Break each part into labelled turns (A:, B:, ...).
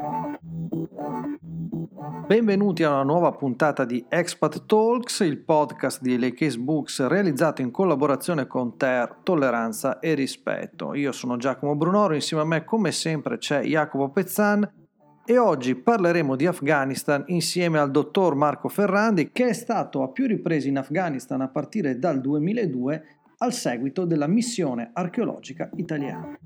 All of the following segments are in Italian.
A: Benvenuti a una nuova puntata di Expat Talks, il podcast di LA Case Books realizzato in collaborazione con TER, Tolleranza e Rispetto. Io sono Giacomo Brunoro, insieme a me come sempre c'è Jacopo Pezzan e oggi parleremo di Afghanistan insieme al dottor Marco Ferrandi, che è stato a più riprese in Afghanistan a partire dal 2002 al seguito della missione archeologica italiana.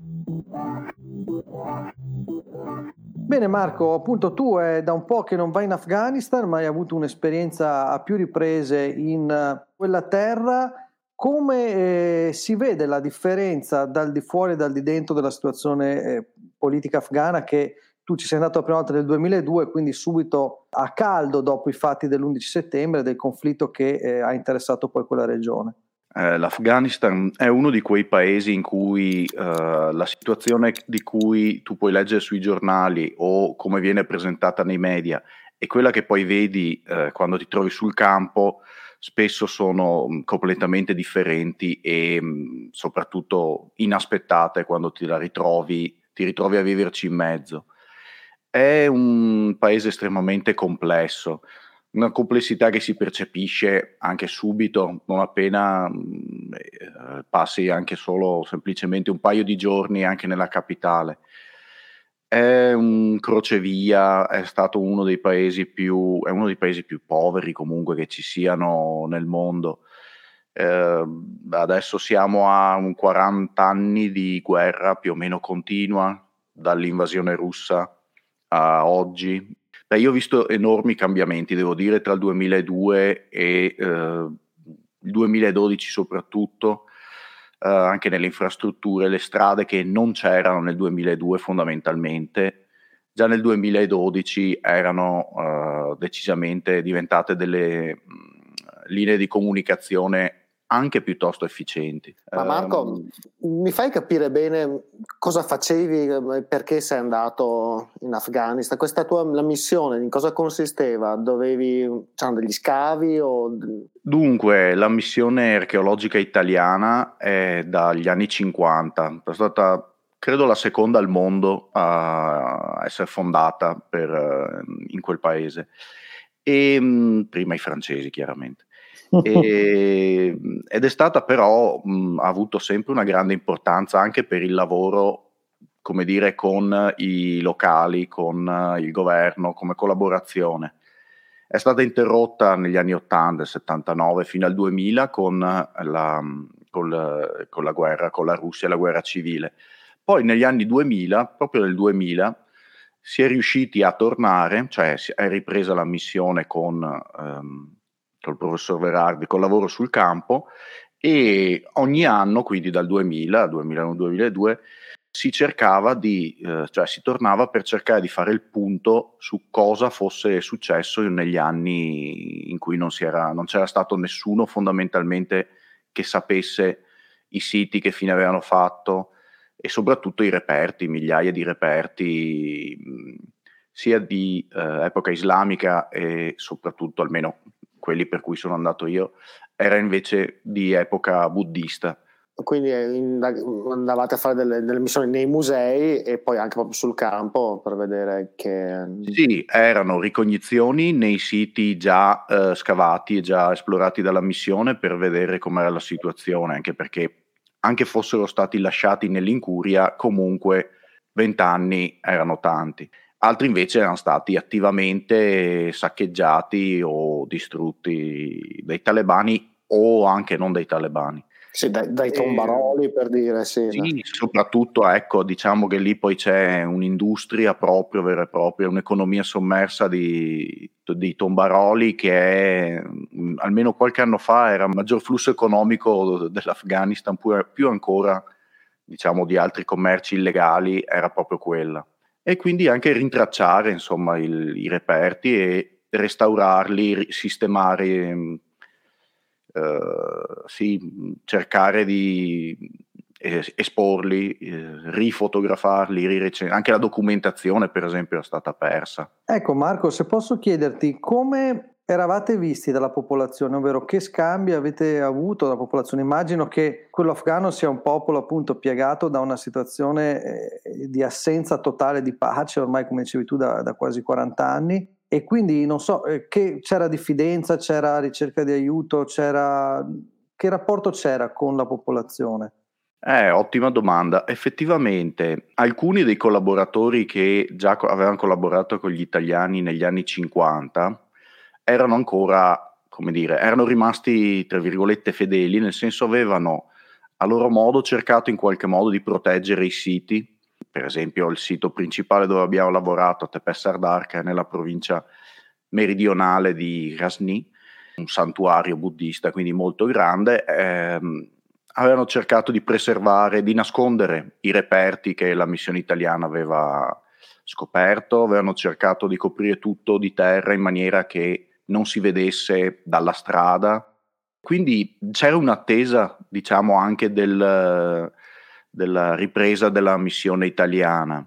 A: Bene Marco, appunto tu è da un po' che non vai in Afghanistan, ma hai avuto un'esperienza a più riprese in quella terra. Come si vede la differenza dal di fuori e dal di dentro della situazione politica afghana, che tu ci sei andato la prima volta nel 2002, quindi subito a caldo dopo i fatti dell'11 settembre, del conflitto che ha interessato poi quella regione?
B: L'Afghanistan è uno di quei paesi in cui la situazione di cui tu puoi leggere sui giornali o come viene presentata nei media e quella che poi vedi quando ti trovi sul campo spesso sono completamente differenti e soprattutto inaspettate quando ti ritrovi a viverci in mezzo. È un paese estremamente complesso. Una complessità che si percepisce anche subito, non appena passi anche solo semplicemente un paio di giorni anche nella capitale. È un crocevia, è uno dei paesi più poveri comunque che ci siano nel mondo. Adesso siamo a 40 anni di guerra più o meno continua, dall'invasione russa a oggi. Io ho visto enormi cambiamenti, devo dire, tra il 2002 e il 2012 soprattutto, anche nelle infrastrutture, le strade che non c'erano nel 2002 fondamentalmente, già nel 2012 erano decisamente diventate delle linee di comunicazione anche piuttosto efficienti.
C: Ma Marco, mi fai capire bene cosa facevi, perché sei andato in Afghanistan? Questa la missione, in cosa consisteva? C'erano degli scavi o...
B: Dunque, la missione archeologica italiana è dagli anni 50, è stata credo la seconda al mondo a essere fondata in quel paese, e prima i francesi chiaramente. Ed è stata però, ha avuto sempre una grande importanza anche per il lavoro, come dire, con i locali, con il governo, come collaborazione. È stata interrotta negli anni 80, 79 fino al 2000 con la guerra con la Russia, la guerra civile. Poi negli anni 2000, proprio nel 2000, si è riusciti a tornare, cioè è ripresa la missione con col professor Verardi, col lavoro sul campo, e ogni anno, quindi dal 2000, 2001-2002, si tornava per cercare di fare il punto su cosa fosse successo negli anni in cui non c'era stato nessuno fondamentalmente che sapesse i siti che fine avevano fatto e soprattutto i reperti, migliaia di reperti sia di epoca islamica e soprattutto, almeno quelli per cui sono andato io, era invece di epoca buddista.
C: Quindi andavate a fare delle missioni nei musei e poi anche proprio sul campo per vedere che...
B: Sì, erano ricognizioni nei siti già scavati e già esplorati dalla missione per vedere com'era la situazione, anche perché anche fossero stati lasciati nell'incuria, comunque 20 anni erano tanti. Altri invece erano stati attivamente saccheggiati o distrutti dai talebani o anche non dai talebani.
C: Sì, dai tombaroli per dire, sì.
B: Sì, soprattutto ecco, diciamo che lì poi c'è un'industria proprio, vera e propria, un'economia sommersa di tombaroli che è, almeno qualche anno fa, era il maggior flusso economico dell'Afghanistan, più ancora diciamo di altri commerci illegali, era proprio quella. E quindi anche rintracciare insomma i reperti e restaurarli, sistemare, cercare di esporli, rifotografarli, anche la documentazione per esempio è stata persa.
A: Ecco Marco, se posso chiederti come eravate visti dalla popolazione, ovvero che scambi avete avuto dalla popolazione? Immagino che quello afghano sia un popolo appunto piegato da una situazione di assenza totale di pace, ormai come dicevi tu da quasi 40 anni, e quindi non so, che c'era diffidenza, c'era ricerca di aiuto, che rapporto c'era con la popolazione?
B: Ottima domanda. Effettivamente, alcuni dei collaboratori che già avevano collaborato con gli italiani negli anni 50 erano ancora, come dire, erano rimasti, tra virgolette, fedeli, nel senso avevano a loro modo cercato in qualche modo di proteggere i siti. Per esempio, il sito principale dove abbiamo lavorato, Tepe Sardar, che è nella provincia meridionale di Ghazni, un santuario buddista, quindi molto grande, avevano cercato di preservare, di nascondere i reperti che la missione italiana aveva scoperto, avevano cercato di coprire tutto di terra in maniera che non si vedesse dalla strada. Quindi c'era un'attesa, diciamo, anche della ripresa della missione italiana.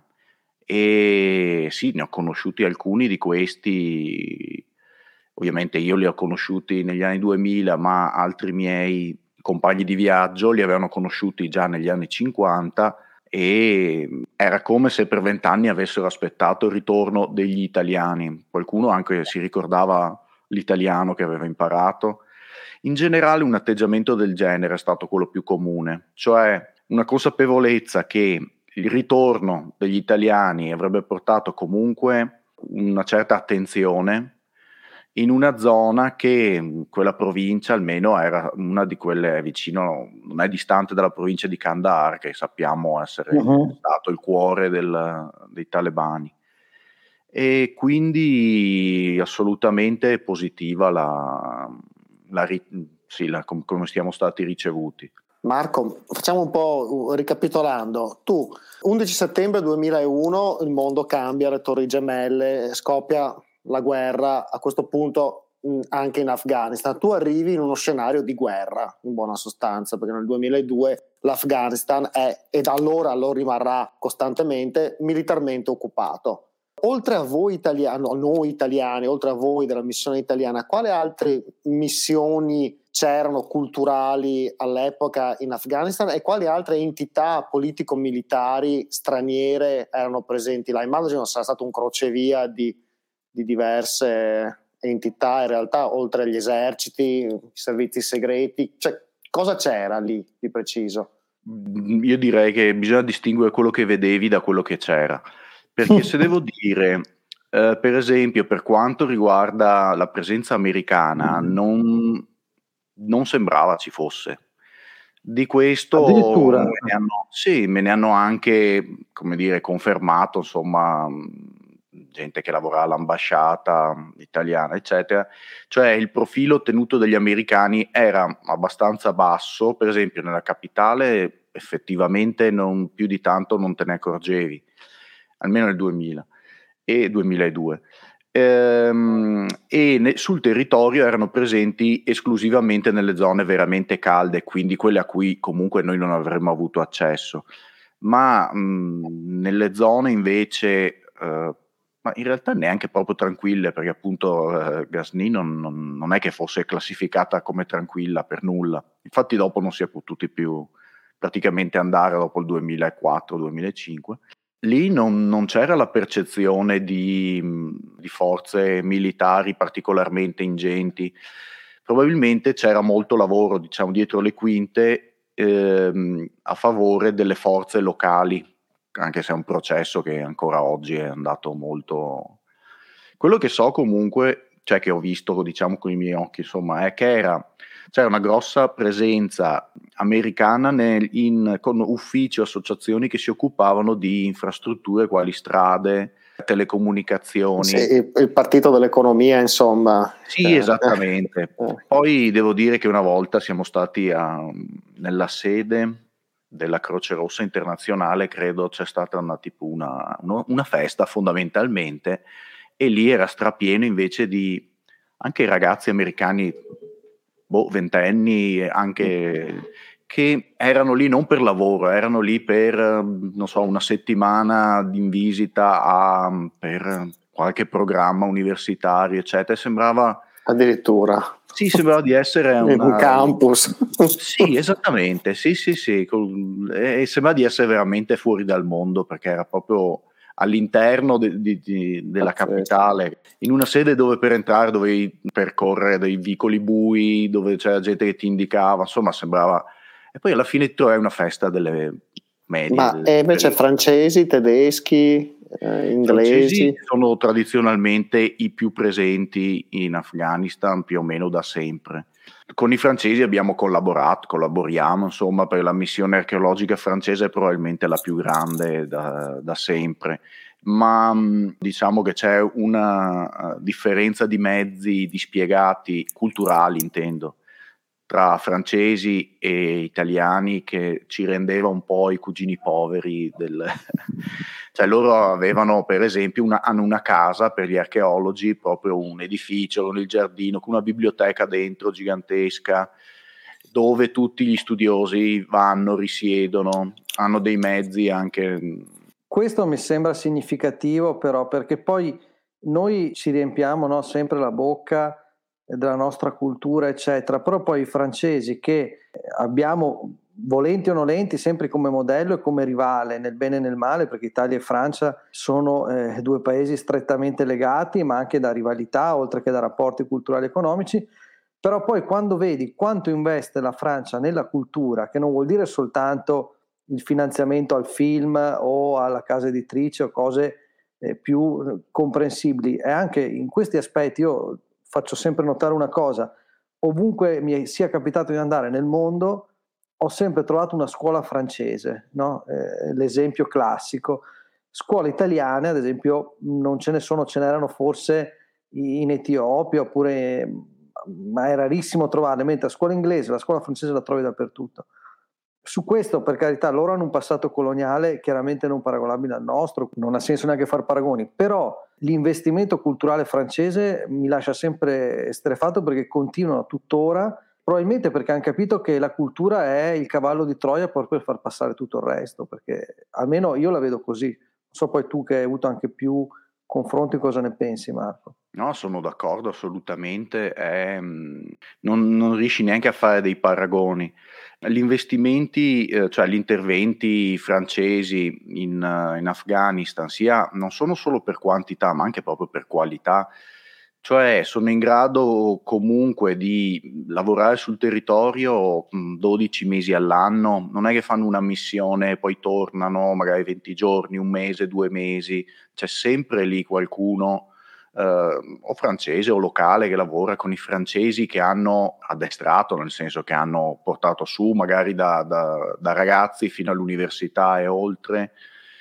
B: E sì, ne ho conosciuti alcuni di questi. Ovviamente io li ho conosciuti negli anni 2000, ma altri miei compagni di viaggio li avevano conosciuti già negli anni 50 e era come se per 20 anni avessero aspettato il ritorno degli italiani. Qualcuno anche si ricordava l'italiano che aveva imparato. In generale un atteggiamento del genere è stato quello più comune, cioè una consapevolezza che il ritorno degli italiani avrebbe portato comunque una certa attenzione in una zona che quella provincia almeno era una di quelle vicino, non è distante dalla provincia di Kandahar, che sappiamo essere stato il cuore dei talebani. E quindi assolutamente positiva come siamo stati ricevuti.
C: Marco, facciamo un po' ricapitolando. Tu, 11 settembre 2001, il mondo cambia, le Torri Gemelle, scoppia la guerra, a questo punto anche in Afghanistan. Tu arrivi in uno scenario di guerra, in buona sostanza, perché nel 2002 l'Afghanistan è, e da allora lo rimarrà costantemente, militarmente occupato. Oltre a voi noi italiani, oltre a voi della missione italiana, quali altre missioni c'erano culturali all'epoca in Afghanistan e quali altre entità politico-militari straniere erano presenti là? Immagino sarà stato un crocevia di diverse entità in realtà, oltre agli eserciti, i servizi segreti. Cioè, cosa c'era lì di preciso?
B: Io direi che bisogna distinguere quello che vedevi da quello che c'era. Perché se devo dire, per esempio, per quanto riguarda la presenza americana, non sembrava ci fosse. Di questo
A: Addirittura.
B: me ne hanno anche, come dire, confermato, insomma, gente che lavora all'ambasciata italiana, eccetera. Cioè il profilo tenuto dagli americani era abbastanza basso, per esempio nella capitale effettivamente non più di tanto non te ne accorgevi, almeno nel 2000 e 2002. Sul territorio erano presenti esclusivamente nelle zone veramente calde, quindi quelle a cui comunque noi non avremmo avuto accesso, ma nelle zone invece, ma in realtà neanche proprio tranquille, perché appunto Ghazni non è che fosse classificata come tranquilla per nulla, infatti dopo non si è potuti più praticamente andare dopo il 2004-2005. Lì non c'era la percezione di forze militari particolarmente ingenti. Probabilmente c'era molto lavoro, diciamo, dietro le quinte a favore delle forze locali, anche se è un processo che ancora oggi è andato molto. Quello che so comunque, cioè che ho visto, diciamo, con i miei occhi, insomma, è che c'era una grossa presenza americana con uffici o associazioni che si occupavano di infrastrutture quali strade, telecomunicazioni.
C: Sì, il partito dell'economia, insomma.
B: Sì, esattamente. Poi devo dire che una volta siamo stati nella sede della Croce Rossa Internazionale, credo c'è stata una festa fondamentalmente, e lì era strapieno invece di anche ragazzi americani, ventenni, anche che erano lì non per lavoro, erano lì per, non so, una settimana in visita per qualche programma universitario, eccetera. Sembrava
C: Addirittura.
B: Sì, sembrava di essere
C: un campus.
B: Sì, esattamente, sì, e sembra di essere veramente fuori dal mondo, perché era proprio all'interno della capitale, in una sede dove per entrare dovevi percorrere dei vicoli bui, dove c'era gente che ti indicava, insomma sembrava. E poi alla fine tu hai una festa delle medie.
C: Ma invece francesi, tedeschi, inglesi?
B: Francesi sono tradizionalmente i più presenti in Afghanistan più o meno da sempre. Con i francesi collaboriamo insomma, per la missione archeologica francese è probabilmente la più grande da sempre, ma diciamo che c'è una differenza di mezzi dispiegati, culturali intendo, tra francesi e italiani, che ci rendeva un po' i cugini poveri cioè loro avevano per esempio hanno una casa per gli archeologi, proprio un edificio con il giardino, con una biblioteca dentro gigantesca, dove tutti gli studiosi vanno, risiedono, hanno dei mezzi anche.
A: Questo mi sembra significativo, però, perché poi noi ci riempiamo, no, sempre la bocca della nostra cultura, eccetera, però poi i francesi, che abbiamo, volenti o nolenti, sempre come modello e come rivale nel bene e nel male, perché Italia e Francia sono due paesi strettamente legati, ma anche da rivalità, oltre che da rapporti culturali e economici. Però poi quando vedi quanto investe la Francia nella cultura, che non vuol dire soltanto il finanziamento al film o alla casa editrice o cose più comprensibili, e anche in questi aspetti io faccio sempre notare una cosa: ovunque mi sia capitato di andare nel mondo ho sempre trovato una scuola francese, no? L'esempio classico. Scuole italiane, ad esempio, non ce ne sono, ce n'erano forse in Etiopia, oppure, ma è rarissimo trovarle, mentre la scuola inglese, la scuola francese la trovi dappertutto. Su questo, per carità, loro hanno un passato coloniale chiaramente non paragonabile al nostro, non ha senso neanche far paragoni, però l'investimento culturale francese mi lascia sempre esterrefatto, perché continuano tuttora, probabilmente perché hanno capito che la cultura è il cavallo di Troia proprio per far passare tutto il resto, perché almeno io la vedo così. Non so poi tu, che hai avuto anche più confronti, cosa ne pensi, Marco?
B: No, sono d'accordo assolutamente, non riesci neanche a fare dei paragoni. Gli investimenti, cioè gli interventi francesi in Afghanistan, sia non sono solo per quantità, ma anche proprio per qualità, cioè sono in grado comunque di lavorare sul territorio 12 mesi all'anno, non è che fanno una missione e poi tornano magari 20 giorni, un mese, 2 mesi, c'è sempre lì qualcuno o francese o locale che lavora con i francesi, che hanno addestrato, nel senso che hanno portato su magari da ragazzi fino all'università e oltre,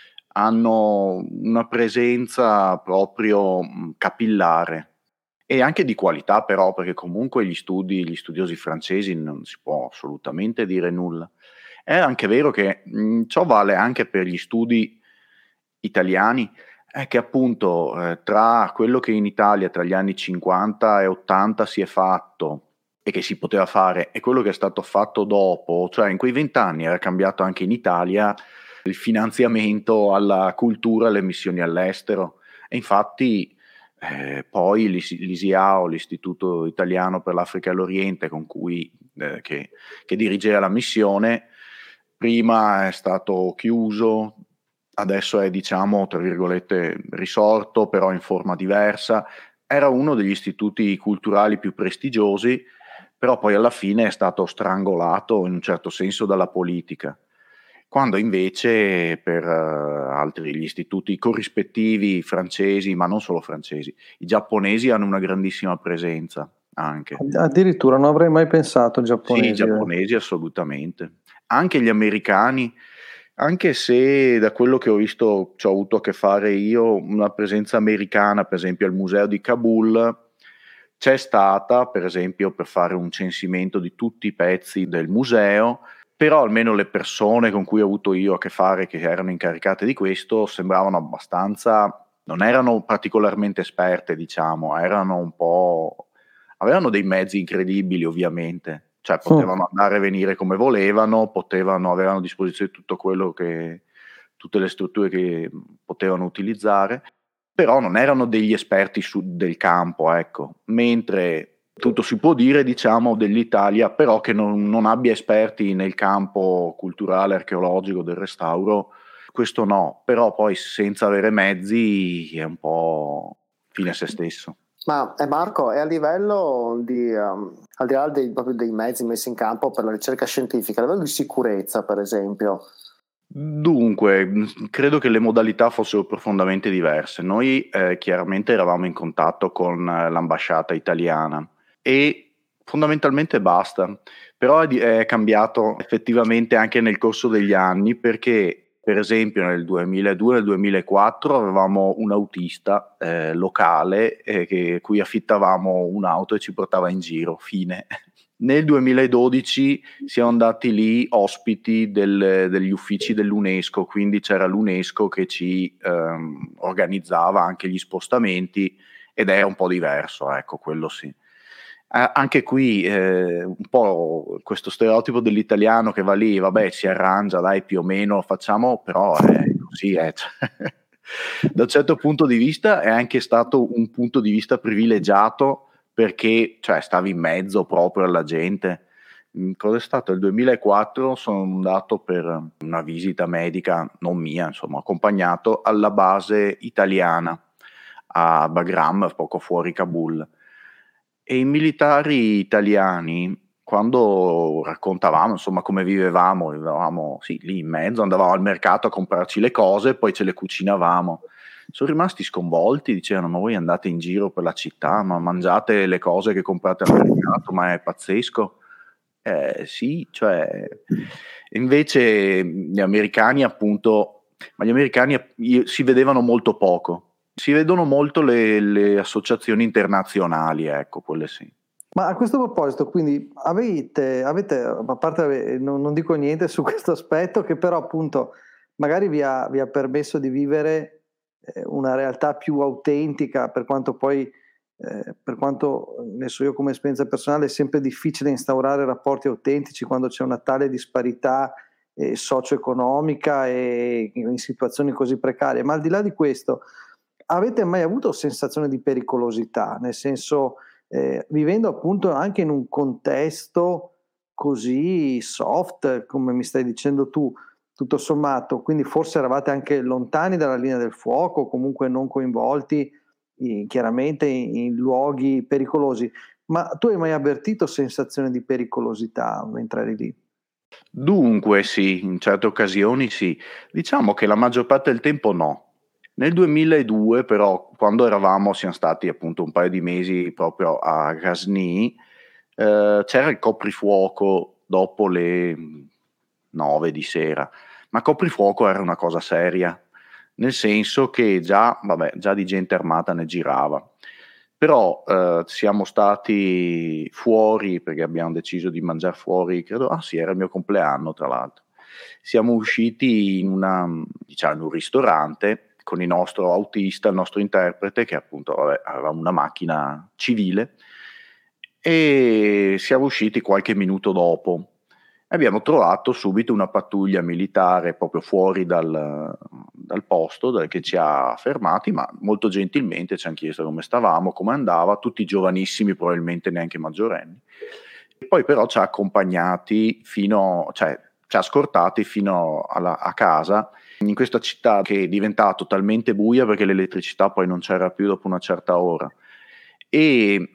B: hanno una presenza proprio capillare e anche di qualità, però, perché comunque gli studiosi francesi non si può assolutamente dire nulla. È anche vero che ciò vale anche per gli studi italiani, è che appunto tra quello che in Italia tra gli anni 50 e 80 si è fatto e che si poteva fare, e quello che è stato fatto dopo, cioè in quei 20 anni era cambiato anche in Italia il finanziamento alla cultura, alle missioni all'estero, e infatti poi l'ISIAO, l'Istituto Italiano per l'Africa e l'Oriente, con cui che dirigeva la missione, prima è stato chiuso, adesso è, diciamo, tra virgolette, risorto, però in forma diversa. Era uno degli istituti culturali più prestigiosi, però poi alla fine è stato strangolato in un certo senso dalla politica. Quando invece per altri gli istituti corrispettivi francesi, ma non solo francesi, i giapponesi hanno una grandissima presenza anche.
A: Addirittura non avrei mai pensato
B: Sì, i
A: giapponesi.
B: giapponesi assolutamente. Anche gli americani, anche se da quello che ho visto, c'ho avuto a che fare io, una presenza americana, per esempio al museo di Kabul, c'è stata, per esempio, per fare un censimento di tutti i pezzi del museo, però almeno le persone con cui ho avuto io a che fare, che erano incaricate di questo, sembravano abbastanza, non erano particolarmente esperte, diciamo, erano un po', avevano dei mezzi incredibili ovviamente, cioè potevano andare e venire come volevano, avevano a disposizione tutto quello tutte le strutture che potevano utilizzare, però non erano degli esperti del campo, ecco, mentre tutto si può dire, diciamo, dell'Italia, però che non abbia esperti nel campo culturale, archeologico, del restauro, questo no, però poi senza avere mezzi è un po' fine a se stesso.
C: Ma Marco, è a livello di, al di là proprio dei mezzi messi in campo per la ricerca scientifica, a livello di sicurezza, per esempio?
B: Dunque, credo che le modalità fossero profondamente diverse. Noi chiaramente eravamo in contatto con l'ambasciata italiana e fondamentalmente basta, però è cambiato effettivamente anche nel corso degli anni, perché per esempio nel 2002 e nel 2004 avevamo un autista locale cui affittavamo un'auto e ci portava in giro, fine. Nel 2012 siamo andati lì ospiti degli uffici dell'UNESCO, quindi c'era l'UNESCO che ci organizzava anche gli spostamenti ed è un po' diverso, ecco, quello sì. Anche qui un po' questo stereotipo dell'italiano che va lì, vabbè, si arrangia, dai, più o meno facciamo, però così è. Cioè, da un certo punto di vista è anche stato un punto di vista privilegiato, perché cioè, stavi in mezzo proprio alla gente. Cosa è stato? Nel 2004 sono andato per una visita medica, non mia, insomma, accompagnato alla base italiana a Bagram, poco fuori Kabul. E i militari italiani, quando raccontavamo insomma come vivevamo sì, lì in mezzo, andavamo al mercato a comprarci le cose, poi ce le cucinavamo. Sono rimasti sconvolti, dicevano: ma voi andate in giro per la città, ma mangiate le cose che comprate al mercato, ma è pazzesco. Sì, cioè, invece gli americani appunto, ma gli americani si vedevano molto poco. Si vedono molto le associazioni internazionali, ecco, quelle sì.
A: Ma a questo proposito, quindi avete a parte non dico niente su questo aspetto, che però appunto magari vi ha permesso di vivere una realtà più autentica, per quanto poi, per quanto ne so io come esperienza personale, è sempre difficile instaurare rapporti autentici quando c'è una tale disparità socio-economica e in situazioni così precarie. Ma al di là di questo, avete mai avuto sensazione di pericolosità? Nel senso, vivendo appunto anche in un contesto così soft, come mi stai dicendo tu, tutto sommato, quindi forse eravate anche lontani dalla linea del fuoco, comunque non coinvolti chiaramente in luoghi pericolosi, ma tu hai mai avvertito sensazione di pericolosità mentre eri lì?
B: Dunque sì, in certe occasioni sì. Diciamo che la maggior parte del tempo no. Nel 2002 però, quando siamo stati appunto un paio di mesi proprio a Ghazni, c'era il coprifuoco dopo le 9 di sera, ma coprifuoco era una cosa seria, nel senso che già di gente armata ne girava. Però siamo stati fuori perché abbiamo deciso di mangiare fuori, credo, sì, era il mio compleanno tra l'altro. Siamo usciti in un ristorante con il nostro autista, il nostro interprete, che appunto aveva una macchina civile, e siamo usciti qualche minuto dopo. Abbiamo trovato subito una pattuglia militare proprio fuori dal posto che ci ha fermati, ma molto gentilmente ci hanno chiesto come stavamo, come andava, tutti giovanissimi, probabilmente neanche maggiorenni. E poi però ci ha accompagnati ci ha scortati fino a casa, in questa città che è diventata totalmente buia perché l'elettricità poi non c'era più dopo una certa ora. E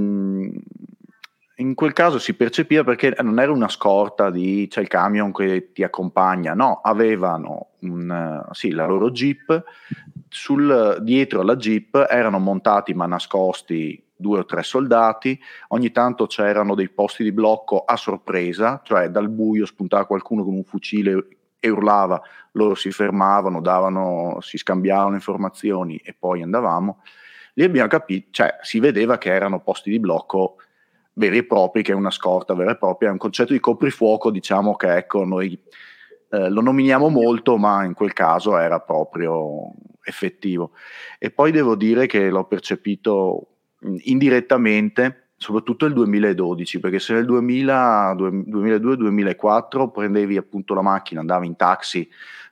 B: in quel caso si percepiva, perché non era una scorta c'è il camion che ti accompagna, no, avevano la loro jeep, dietro alla jeep erano montati ma nascosti 2 o 3 soldati, ogni tanto c'erano dei posti di blocco a sorpresa, cioè dal buio spuntava qualcuno con un fucile e urlava, loro si fermavano, si scambiavano informazioni e poi andavamo. Lì abbiamo capito, cioè si vedeva che erano posti di blocco veri e propri, che è una scorta vera e propria, è un concetto di coprifuoco, diciamo che ecco noi lo nominiamo molto, ma in quel caso era proprio effettivo. E poi devo dire che l'ho percepito indirettamente, soprattutto nel 2012, perché se nel 2002-2004 prendevi appunto la macchina, andavi in taxi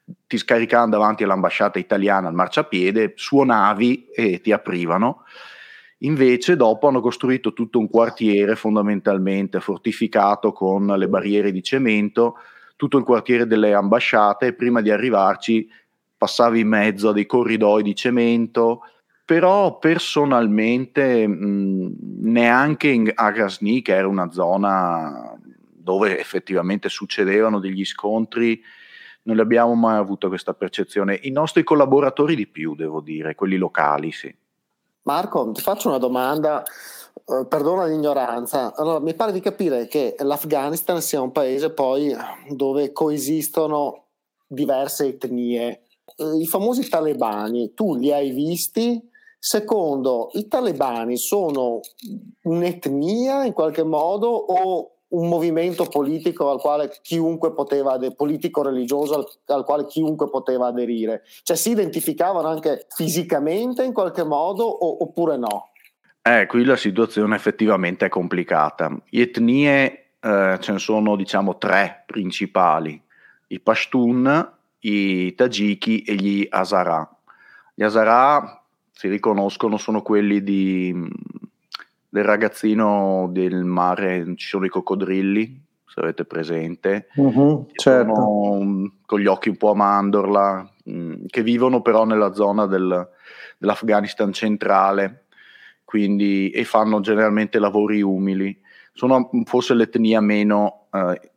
B: ti scaricavano davanti all'ambasciata italiana al marciapiede, suonavi e ti aprivano. Invece dopo hanno costruito tutto un quartiere fondamentalmente fortificato con le barriere di cemento, tutto il quartiere delle ambasciate, e prima di arrivarci passavi in mezzo a dei corridoi di cemento. Però personalmente neanche a Grozny, che era una zona dove effettivamente succedevano degli scontri, non abbiamo mai avuto questa percezione. I nostri collaboratori di più, devo dire, quelli locali, sì.
C: Marco, ti faccio una domanda, perdona l'ignoranza. Allora, mi pare di capire che l'Afghanistan sia un paese poi dove coesistono diverse etnie. I famosi talebani, tu li hai visti? Secondo, i talebani sono un'etnia in qualche modo o un movimento politico al quale chiunque poteva, politico-religioso al quale chiunque poteva aderire? Cioè si identificavano anche fisicamente in qualche modo oppure no?
B: Qui la situazione effettivamente è complicata. Etnie ce ne sono diciamo 3 principali: i Pashtun, i Tagiki e gli Hazara. Gli Hazara si riconoscono, sono quelli del ragazzino del mare, ci sono i coccodrilli, se avete presente,
A: certo.
B: sono con gli occhi un po' a mandorla, che vivono però nella zona dell'Afghanistan centrale, quindi, e fanno generalmente lavori umili. Sono forse l'etnia meno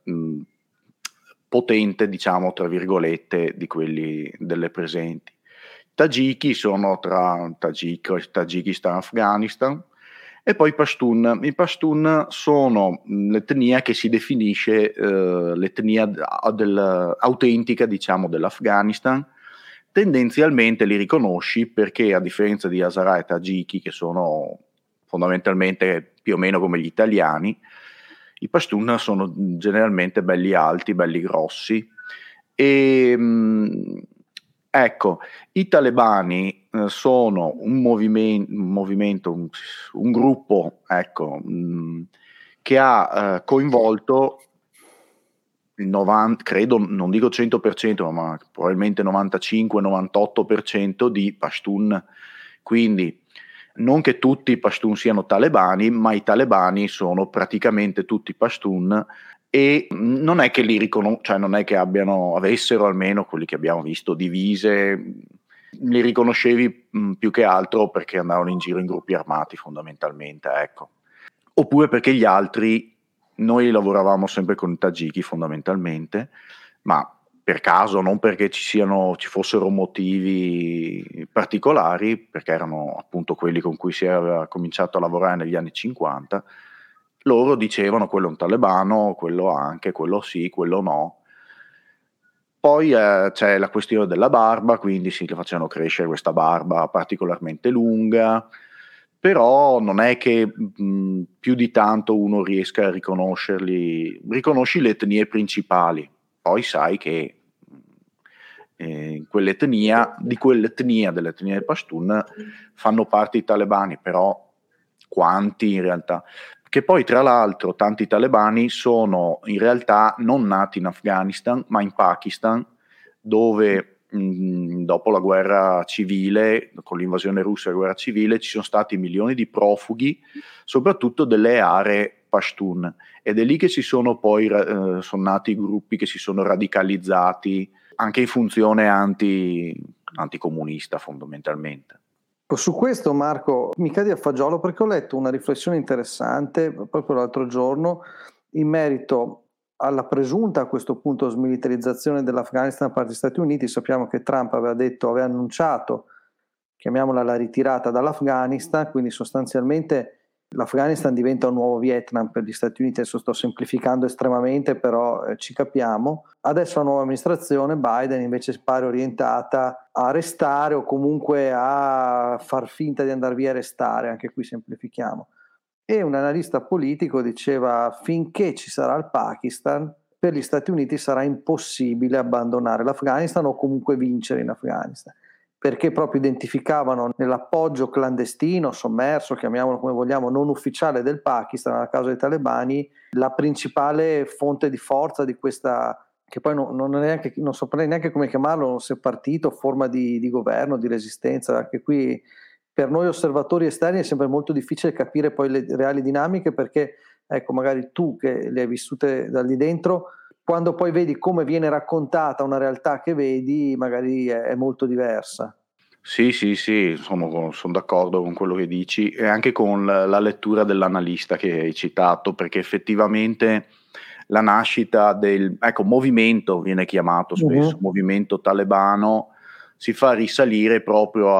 B: potente, diciamo, tra virgolette, di quelli delle presenti. Tagiki sono tra Tagikistan e Afghanistan, e poi Pashtun. I Pashtun sono l'etnia che si definisce l'etnia autentica, diciamo, dell'Afghanistan. Tendenzialmente li riconosci perché, a differenza di Hazara e Tagiki, che sono fondamentalmente più o meno come gli italiani, i Pashtun sono generalmente belli alti, belli grossi. E ecco, i talebani sono un movimento, un gruppo, ecco, che ha coinvolto il 90, credo, non dico 100%, ma probabilmente 95-98% di Pashtun. Quindi non che tutti i Pashtun siano talebani, ma i talebani sono praticamente tutti Pashtun, e non è che cioè non è che avessero, almeno quelli che abbiamo visto, divise. Li riconoscevi più che altro perché andavano in giro in gruppi armati fondamentalmente, ecco. Oppure perché gli altri, noi lavoravamo sempre con i tagiki fondamentalmente, ma per caso, non perché ci fossero motivi particolari, perché erano appunto quelli con cui si era cominciato a lavorare negli anni 50, loro dicevano quello è un talebano, quello anche, quello sì, quello no. Poi c'è la questione della barba, quindi si facevano crescere questa barba particolarmente lunga, però non è che più di tanto uno riesca a riconoscerli. Riconosci le etnie principali, poi sai che di quell'etnia dell'etnia del Pashtun fanno parte i talebani, però quanti in realtà? Che poi tra l'altro tanti talebani sono in realtà non nati in Afghanistan ma in Pakistan, dove dopo la guerra civile, con l'invasione russa e la guerra civile, ci sono stati milioni di profughi, soprattutto delle aree Pashtun, ed è lì che sono sono nati gruppi che si sono radicalizzati anche in funzione anticomunista fondamentalmente.
A: Su questo, Marco, mi cadi a fagiolo perché ho letto una riflessione interessante proprio l'altro giorno in merito alla presunta, a questo punto, smilitarizzazione dell'Afghanistan da parte degli Stati Uniti. Sappiamo che Trump aveva annunciato, chiamiamola, la ritirata dall'Afghanistan, quindi sostanzialmente l'Afghanistan diventa un nuovo Vietnam per gli Stati Uniti. Adesso sto semplificando estremamente, però ci capiamo. Adesso la nuova amministrazione Biden invece pare orientata a restare, o comunque a far finta di andare via e restare, anche qui semplifichiamo. E un analista politico diceva: finché ci sarà il Pakistan, per gli Stati Uniti sarà impossibile abbandonare l'Afghanistan o comunque vincere in Afghanistan, perché proprio identificavano nell'appoggio clandestino, sommerso, chiamiamolo come vogliamo, non ufficiale del Pakistan alla causa dei talebani, la principale fonte di forza di questa che poi non saprei neanche come chiamarlo, se partito, forma di governo, di resistenza. Anche qui per noi osservatori esterni è sempre molto difficile capire poi le reali dinamiche, perché ecco, magari tu che le hai vissute da lì dentro, quando poi vedi come viene raccontata una realtà che vedi, magari è molto diversa.
B: Sì, sì, sì, sono d'accordo con quello che dici e anche con la lettura dell'analista che hai citato, perché effettivamente la nascita del movimento viene chiamato spesso, movimento talebano, si fa risalire proprio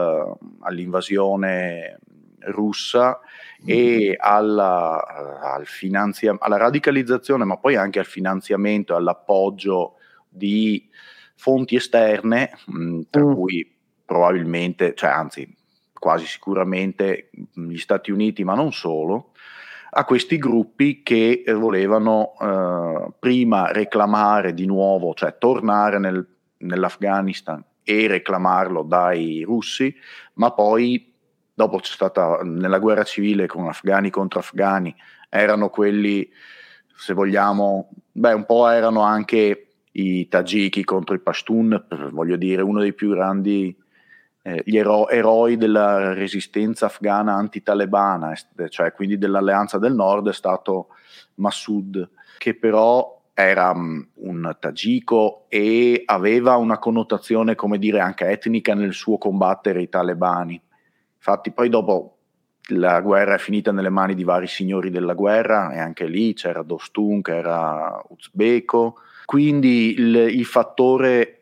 B: all'invasione russa e alla radicalizzazione, ma poi anche al finanziamento e all'appoggio di fonti esterne, tra cui probabilmente, cioè anzi quasi sicuramente gli Stati Uniti, ma non solo, a questi gruppi che volevano prima reclamare di nuovo, cioè tornare nell'Afghanistan e reclamarlo dai russi, ma poi dopo c'è stata nella guerra civile con afghani contro afghani, erano quelli, se vogliamo, un po' erano anche i tagiki contro i pashtun, voglio dire, uno dei più grandi gli eroi della resistenza afghana anti-talebana, cioè quindi dell'Alleanza del Nord, è stato Massoud, che però era un tagiko e aveva una connotazione, come dire, anche etnica nel suo combattere i talebani. Infatti poi dopo la guerra è finita nelle mani di vari signori della guerra e anche lì c'era Dostun che era uzbeko, quindi il fattore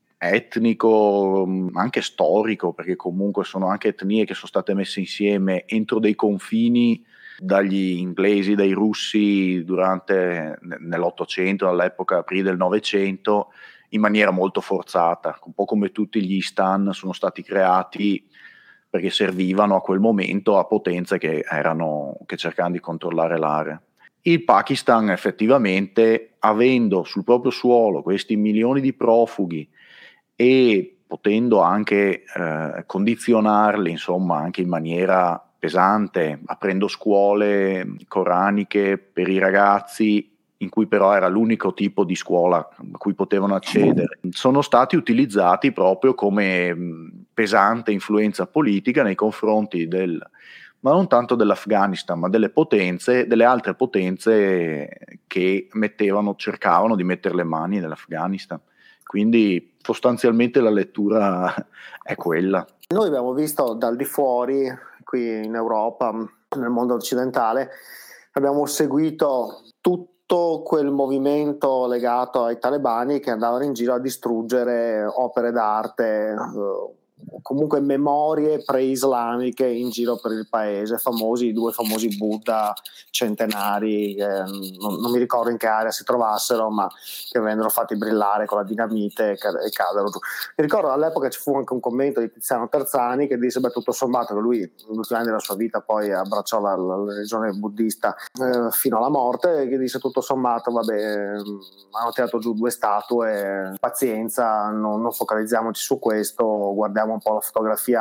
B: etnico, anche storico, perché comunque sono anche etnie che sono state messe insieme entro dei confini dagli inglesi, dai russi nell'Ottocento, all'epoca aprì del Novecento, in maniera molto forzata, un po' come tutti gli stan sono stati creati perché servivano a quel momento a potenze che cercavano di controllare l'area. Il Pakistan effettivamente, avendo sul proprio suolo questi milioni di profughi e potendo anche condizionarli, insomma, anche in maniera pesante, aprendo scuole coraniche per i ragazzi, in cui però era l'unico tipo di scuola a cui potevano accedere, sono stati utilizzati proprio come pesante influenza politica nei confronti ma non tanto dell'Afghanistan, ma delle altre potenze che cercavano di mettere le mani nell'Afghanistan. Quindi sostanzialmente la lettura è quella.
C: Noi abbiamo visto dal di fuori, qui in Europa, nel mondo occidentale, abbiamo seguito tutto quel movimento legato ai talebani che andavano in giro a distruggere opere d'arte, comunque memorie pre-islamiche in giro per il paese, i due famosi Buddha centenari, non mi ricordo in che area si trovassero, ma che vennero fatti brillare con la dinamite e cadero giù. Mi ricordo all'epoca ci fu anche un commento di Tiziano Terzani che disse tutto sommato che lui negli ultimi anni della sua vita poi abbracciò la religione buddista fino alla morte, che disse tutto sommato hanno tirato giù due statue, pazienza, non focalizziamoci su questo, guardiamo un po' la fotografia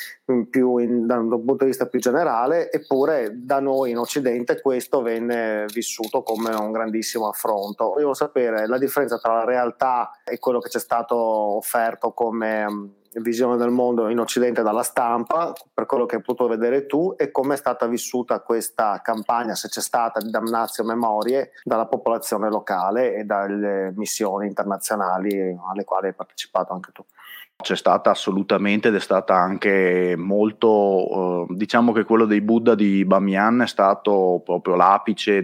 C: da un punto di vista più generale. Eppure da noi in Occidente questo venne vissuto come un grandissimo affronto. Io voglio sapere la differenza tra la realtà e quello che ci è stato offerto come visione del mondo in Occidente dalla stampa, per quello che hai potuto vedere tu, e come è stata vissuta questa campagna, se c'è stata, di damnatio memorie dalla popolazione locale e dalle missioni internazionali alle quali hai partecipato anche tu.
B: C'è stata assolutamente, ed è stata anche molto, diciamo che quello dei Buddha di Bamiyan è stato proprio l'apice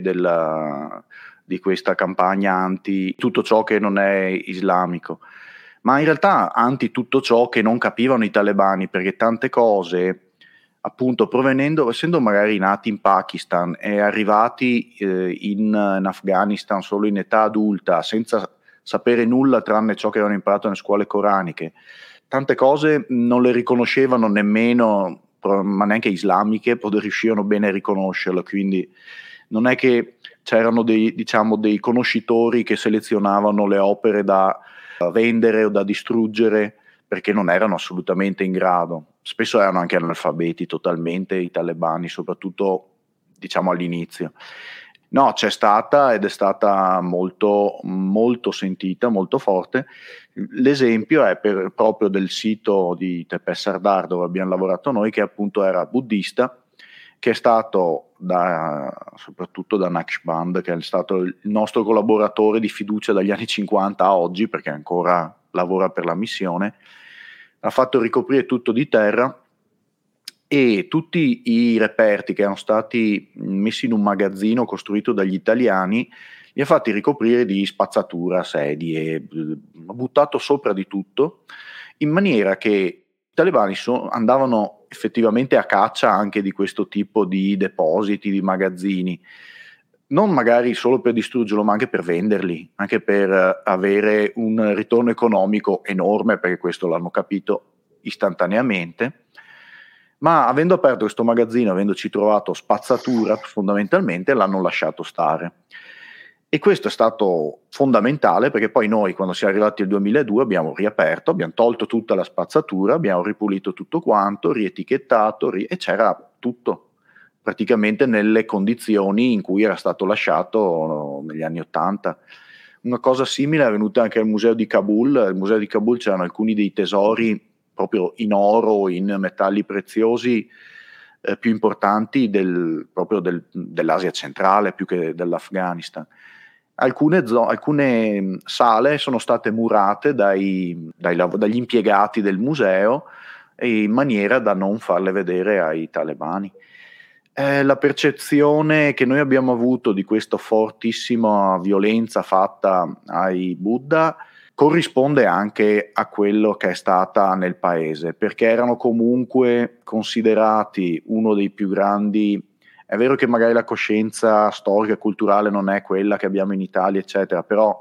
B: di questa campagna anti tutto ciò che non è islamico, ma in realtà anti tutto ciò che non capivano i talebani, perché tante cose, appunto, essendo magari nati in Pakistan e arrivati in Afghanistan solo in età adulta, senza sapere nulla tranne ciò che avevano imparato nelle scuole coraniche, tante cose non le riconoscevano nemmeno, ma neanche islamiche, poi riuscivano bene a riconoscerle, quindi non è che c'erano dei conoscitori che selezionavano le opere da vendere o da distruggere, perché non erano assolutamente in grado. Spesso erano anche analfabeti totalmente i talebani, soprattutto diciamo all'inizio. No, c'è stata ed è stata molto, molto sentita, molto forte. L'esempio è proprio del sito di Tepe Serdar dove abbiamo lavorato noi, che appunto era buddista, che è stato soprattutto da Naqshband, che è stato il nostro collaboratore di fiducia dagli anni 50 a oggi, perché ancora lavora per la missione, ha fatto ricoprire tutto di terra e tutti i reperti che erano stati messi in un magazzino costruito dagli italiani li ha fatti ricoprire di spazzatura, sedie, ha buttato sopra di tutto, in maniera che i talebani andavano effettivamente a caccia anche di questo tipo di depositi, di magazzini, non magari solo per distruggerlo, ma anche per venderli, anche per avere un ritorno economico enorme, perché questo l'hanno capito istantaneamente. Ma avendo aperto questo magazzino, avendoci trovato spazzatura fondamentalmente, l'hanno lasciato stare. E questo è stato fondamentale, perché poi noi, quando siamo arrivati al 2002, abbiamo riaperto, abbiamo tolto tutta la spazzatura, abbiamo ripulito tutto quanto, rietichettato e c'era tutto praticamente nelle condizioni in cui era stato lasciato negli anni '80. Una cosa simile è avvenuta anche al museo di Kabul. Al museo di Kabul c'erano alcuni dei tesori proprio in oro, in metalli preziosi più importanti dell'Asia centrale più che dell'Afghanistan. Alcune sale sono state murate dagli impiegati del museo in maniera da non farle vedere ai talebani. La percezione che noi abbiamo avuto di questa fortissima violenza fatta ai Buddha corrisponde anche a quello che è stata nel paese, perché erano comunque considerati uno dei più grandi. È vero che magari la coscienza storica e culturale non è quella che abbiamo in Italia, eccetera, però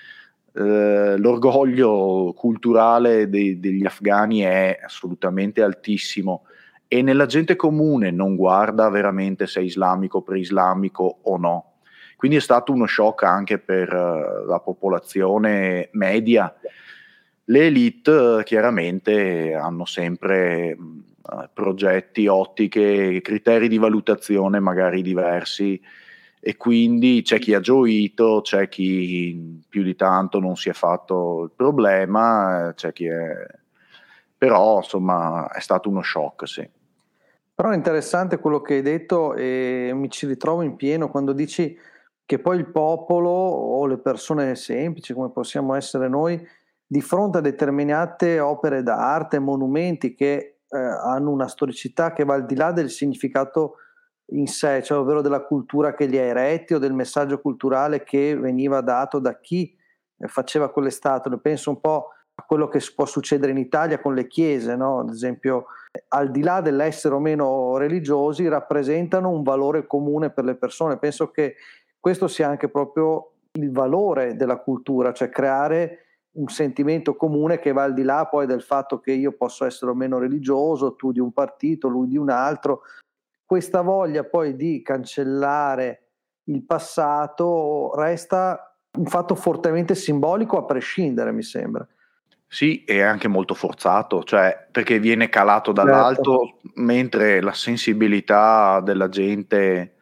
B: l'orgoglio culturale degli afghani è assolutamente altissimo e nella gente comune non guarda veramente se è islamico, preislamico o no. Quindi è stato uno shock anche per la popolazione media. Le elite chiaramente hanno sempre progetti, ottiche, criteri di valutazione magari diversi e quindi c'è chi ha gioito, c'è chi più di tanto non si è fatto il problema, c'è chi è. Però insomma è stato uno shock, sì.
A: Però è interessante quello che hai detto e mi ci ritrovo in pieno quando dici che poi il popolo o le persone semplici come possiamo essere noi di fronte a determinate opere d'arte, monumenti che hanno una storicità che va al di là del significato in sé, cioè ovvero della cultura che li ha eretti o del messaggio culturale che veniva dato da chi faceva quelle statue. Penso un po' a quello che può succedere in Italia con le chiese, no? Ad esempio, al di là dell'essere o meno religiosi, rappresentano un valore comune per le persone. Penso che questo sia anche proprio il valore della cultura, cioè creare un sentimento comune che va al di là poi del fatto che io posso essere o meno religioso, tu di un partito, lui di un altro. Questa voglia poi di cancellare il passato resta un fatto fortemente simbolico a prescindere, mi sembra.
B: Sì, è anche molto forzato, cioè perché viene calato dall'alto, mentre la sensibilità della gente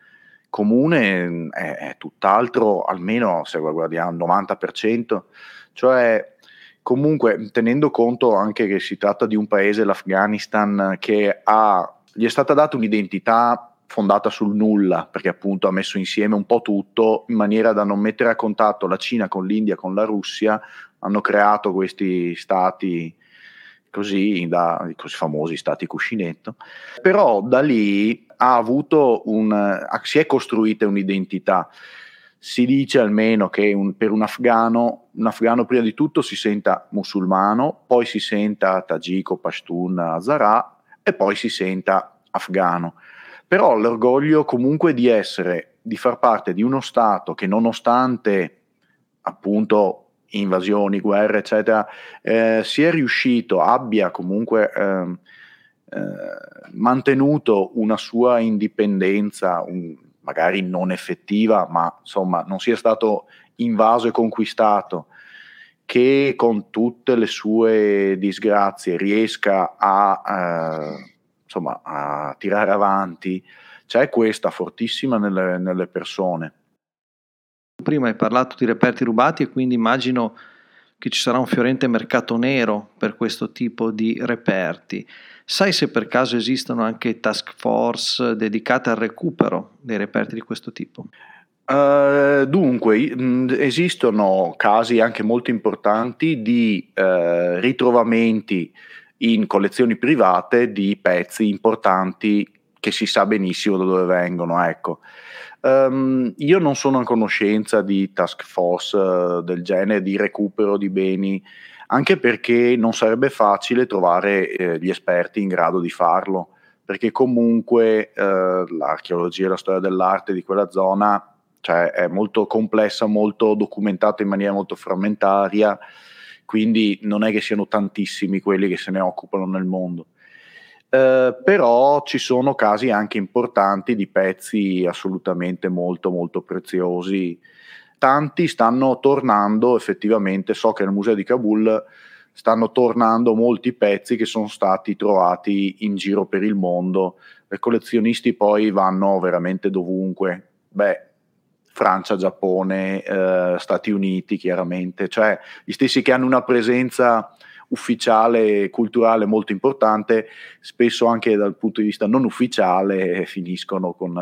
B: comune è tutt'altro, almeno se guardiamo il 90%, cioè comunque tenendo conto anche che si tratta di un paese, l'Afghanistan, che gli è stata data un'identità fondata sul nulla, perché appunto ha messo insieme un po' tutto in maniera da non mettere a contatto la Cina con l'India, con la Russia. Hanno creato questi stati così, i così famosi stati cuscinetto, però da lì si è costruita un'identità. Si dice almeno che per un afghano prima di tutto si senta musulmano, poi si senta tagiko, pashtun, hazara e poi si senta afghano. Però l'orgoglio comunque di far parte di uno stato che nonostante appunto invasioni, guerre, eccetera, si è riuscito, abbia comunque mantenuto una sua indipendenza, magari non effettiva, ma insomma non sia stato invaso e conquistato, che con tutte le sue disgrazie riesca a tirare avanti, c'è questa fortissima nelle persone.
A: Prima hai parlato di reperti rubati e quindi immagino che ci sarà un fiorente mercato nero per questo tipo di reperti. Sai se per caso esistono anche task force dedicate al recupero dei reperti di questo tipo?
B: Dunque, esistono casi anche molto importanti di ritrovamenti in collezioni private di pezzi importanti che si sa benissimo da dove vengono, ecco. Io non sono a conoscenza di task force del genere, di recupero di beni, anche perché non sarebbe facile trovare gli esperti in grado di farlo, perché comunque l'archeologia e la storia dell'arte di quella zona, cioè, è molto complessa, molto documentata in maniera molto frammentaria, quindi non è che siano tantissimi quelli che se ne occupano nel mondo. Però ci sono casi anche importanti di pezzi assolutamente molto molto preziosi. Tanti stanno tornando effettivamente, so che nel museo di Kabul stanno tornando molti pezzi che sono stati trovati in giro per il mondo. I collezionisti poi vanno veramente dovunque. Francia, Giappone, Stati Uniti chiaramente, cioè gli stessi che hanno una presenza ufficiale e culturale molto importante, spesso anche dal punto di vista non ufficiale finiscono con...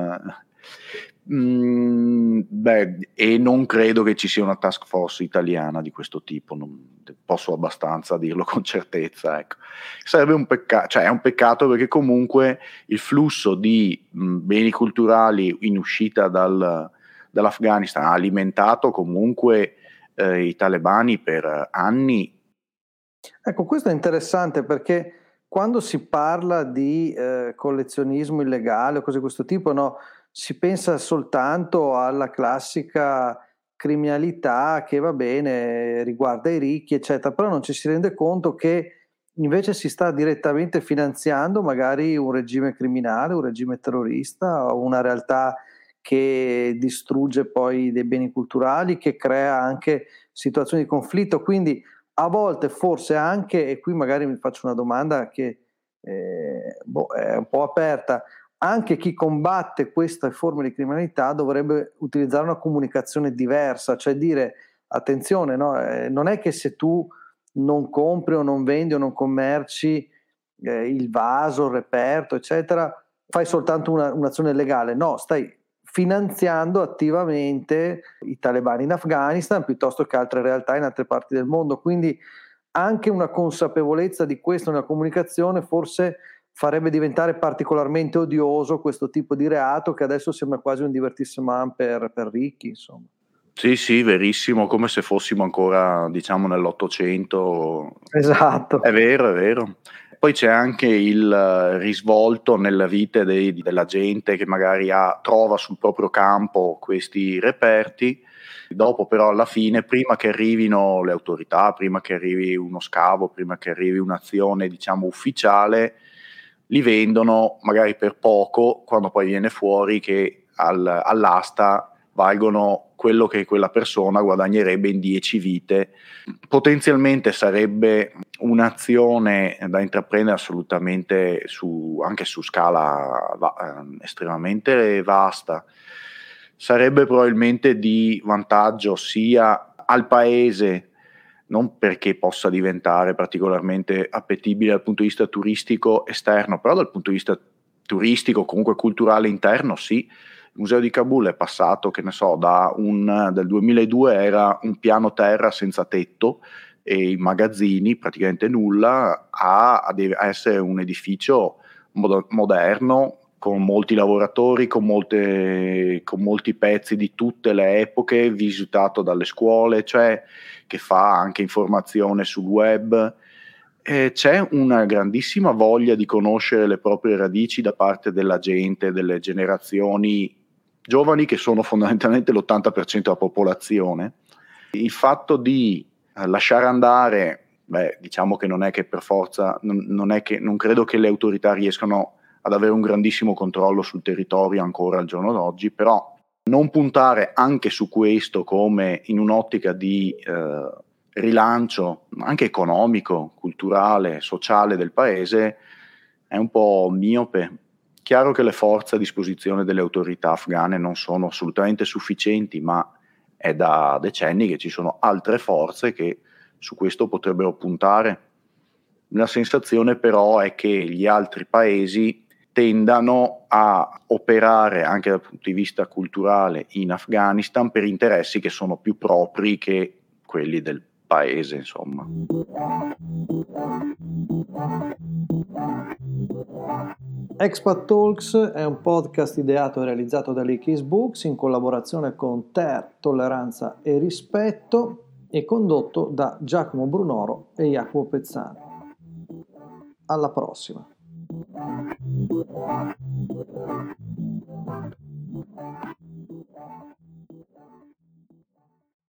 B: e non credo che ci sia una task force italiana di questo tipo, non posso abbastanza dirlo con certezza, ecco. Sarebbe un peccato, cioè è un peccato perché comunque il flusso di beni culturali in uscita dall'Afghanistan ha alimentato comunque i talebani per anni.
A: Ecco, questo è interessante perché quando si parla di collezionismo illegale o cose di questo tipo, no, si pensa soltanto alla classica criminalità che va bene, riguarda i ricchi, eccetera, però non ci si rende conto che invece si sta direttamente finanziando magari un regime criminale, un regime terrorista o una realtà che distrugge poi dei beni culturali, che crea anche situazioni di conflitto. Quindi a volte forse anche, e qui magari mi faccio una domanda che è un po' aperta, anche chi combatte queste forme di criminalità dovrebbe utilizzare una comunicazione diversa, cioè dire attenzione, no? Non è che se tu non compri o non vendi o non commerci il vaso, il reperto, eccetera, fai soltanto un'azione legale, no, stai finanziando attivamente i talebani in Afghanistan piuttosto che altre realtà in altre parti del mondo. Quindi anche una consapevolezza di questo nella comunicazione forse farebbe diventare particolarmente odioso questo tipo di reato che adesso sembra quasi un divertissement per ricchi, insomma.
B: Sì, sì, verissimo, come se fossimo ancora, diciamo, nell'Ottocento.
A: Esatto.
B: È vero, è vero. Poi c'è anche il risvolto nella vita della gente che magari trova sul proprio campo questi reperti. Dopo però alla fine, prima che arrivino le autorità, prima che arrivi uno scavo, prima che arrivi un'azione, diciamo, ufficiale, li vendono magari per poco, quando poi viene fuori che all'asta valgono quello che quella persona guadagnerebbe in 10 vite. Potenzialmente sarebbe un'azione da intraprendere assolutamente anche su scala estremamente vasta. Sarebbe probabilmente di vantaggio sia al paese, non perché possa diventare particolarmente appetibile dal punto di vista turistico esterno, però dal punto di vista turistico, comunque culturale interno, sì. Il museo di Kabul è passato, che ne so, del 2002 era un piano terra senza tetto e i magazzini, praticamente nulla, a essere un edificio moderno, con molti lavoratori, con molti pezzi di tutte le epoche, visitato dalle scuole, cioè che fa anche informazione sul web. C'è una grandissima voglia di conoscere le proprie radici da parte della gente, delle generazioni giovani, che sono fondamentalmente l'80% della popolazione. Il fatto di lasciare andare, diciamo che non è che per forza, non credo che le autorità riescano ad avere un grandissimo controllo sul territorio ancora al giorno d'oggi, però non puntare anche su questo come in un'ottica di rilancio anche economico, culturale, sociale del paese è un po' miope. Chiaro che le forze a disposizione delle autorità afghane non sono assolutamente sufficienti, ma è da decenni che ci sono altre forze che su questo potrebbero puntare. La sensazione però è che gli altri paesi tendano a operare anche dal punto di vista culturale in Afghanistan per interessi che sono più propri che quelli del paese, insomma.
A: Expat Talks è un podcast ideato e realizzato da Case Books in collaborazione con TER, Tolleranza e Rispetto e condotto da Giacomo Brunoro e Jacopo Pezzano. Alla prossima!